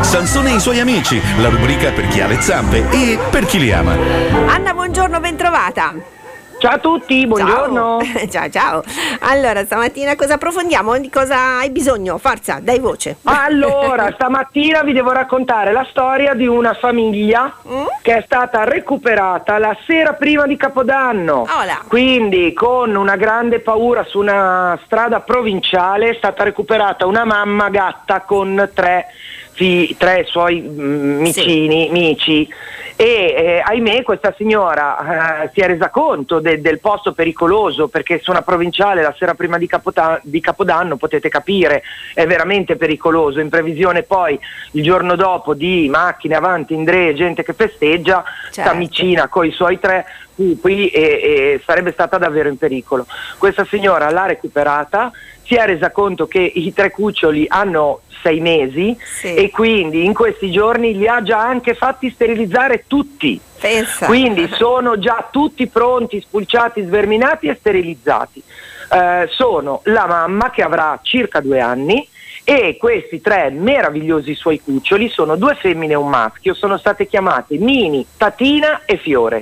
Sansone e i suoi amici, la rubrica per chi ha le zampe e per chi li ama. Anna, buongiorno, ben trovata. Ciao a tutti, buongiorno. Ciao. Allora, stamattina cosa approfondiamo? Di cosa hai bisogno? Forza, dai voce. Allora, stamattina vi devo raccontare la storia di una famiglia che è stata recuperata la sera prima di Capodanno. Hola. Quindi, con una grande paura su una strada provinciale, è stata recuperata una mamma gatta con tre suoi amici. E ahimè questa signora si è resa conto del posto pericoloso, perché su una provinciale la sera prima di Capodanno potete capire è veramente pericoloso, in previsione poi il giorno dopo di macchine avanti, indre, gente che festeggia, sta vicina con i suoi tre pupi e sarebbe stata davvero in pericolo. Questa signora l'ha recuperata, si è resa conto che i tre cuccioli hanno 6 mesi e quindi in questi giorni li ha già anche fatti sterilizzare tutti. Pensa. Quindi sono già tutti pronti, spulciati, sverminati e sterilizzati. Sono la mamma che avrà circa 2 anni e questi 3 meravigliosi suoi cuccioli sono 2 femmine e un maschio, sono state chiamate Mini, Tatina e Fiore.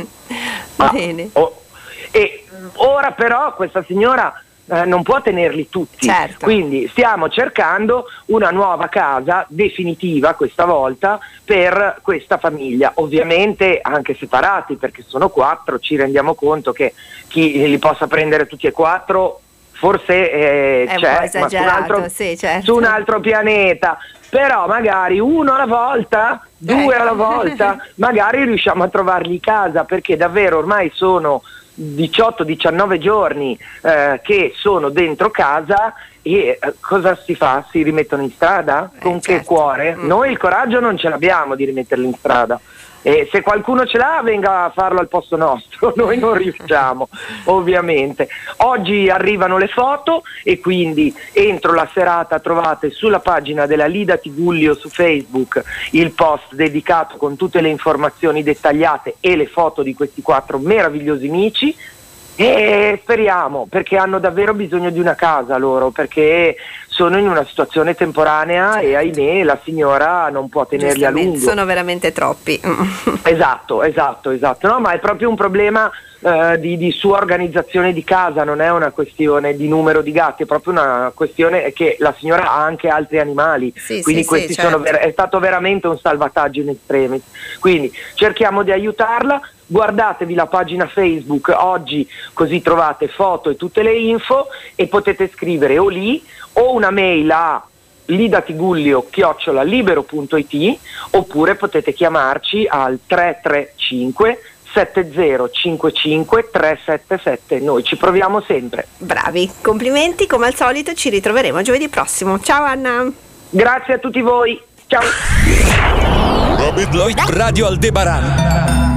Bene. E ora però questa signora non può tenerli tutti, quindi stiamo cercando una nuova casa definitiva questa volta per questa famiglia, ovviamente anche separati perché sono 4, ci rendiamo conto che chi li possa prendere tutti e 4 forse c'è, ma su un altro pianeta, però magari uno alla volta, 2 alla volta, magari riusciamo a trovarli casa, perché davvero ormai sono 18-19 giorni che sono dentro casa e cosa si fa? Si rimettono in strada? Con che cuore? Noi il coraggio non ce l'abbiamo di rimetterli in strada. E se qualcuno ce l'ha venga a farlo al posto nostro, noi non riusciamo ovviamente. Oggi arrivano le foto e quindi entro la serata trovate sulla pagina della Lida Tigullio su Facebook il post dedicato con tutte le informazioni dettagliate e le foto di questi 4 meravigliosi amici. E speriamo, perché hanno davvero bisogno di una casa loro, perché sono in una situazione temporanea e ahimè la signora non può tenerli a lungo. Sono veramente troppi. Esatto. No, ma è proprio un problema di sua organizzazione di casa, non è una questione di numero di gatti, è proprio una questione che la signora ha anche altri animali, quindi questi è stato veramente un salvataggio in extremis. Quindi cerchiamo di aiutarla. Guardatevi la pagina Facebook oggi, così trovate foto e tutte le info e potete scrivere o lì o una mail a lidatigullio@libero.it oppure potete chiamarci al 335 7055 377. Noi ci proviamo sempre. Bravi, complimenti, come al solito ci ritroveremo giovedì prossimo. Ciao Anna. Grazie a tutti voi. Ciao. Radio Aldebaran.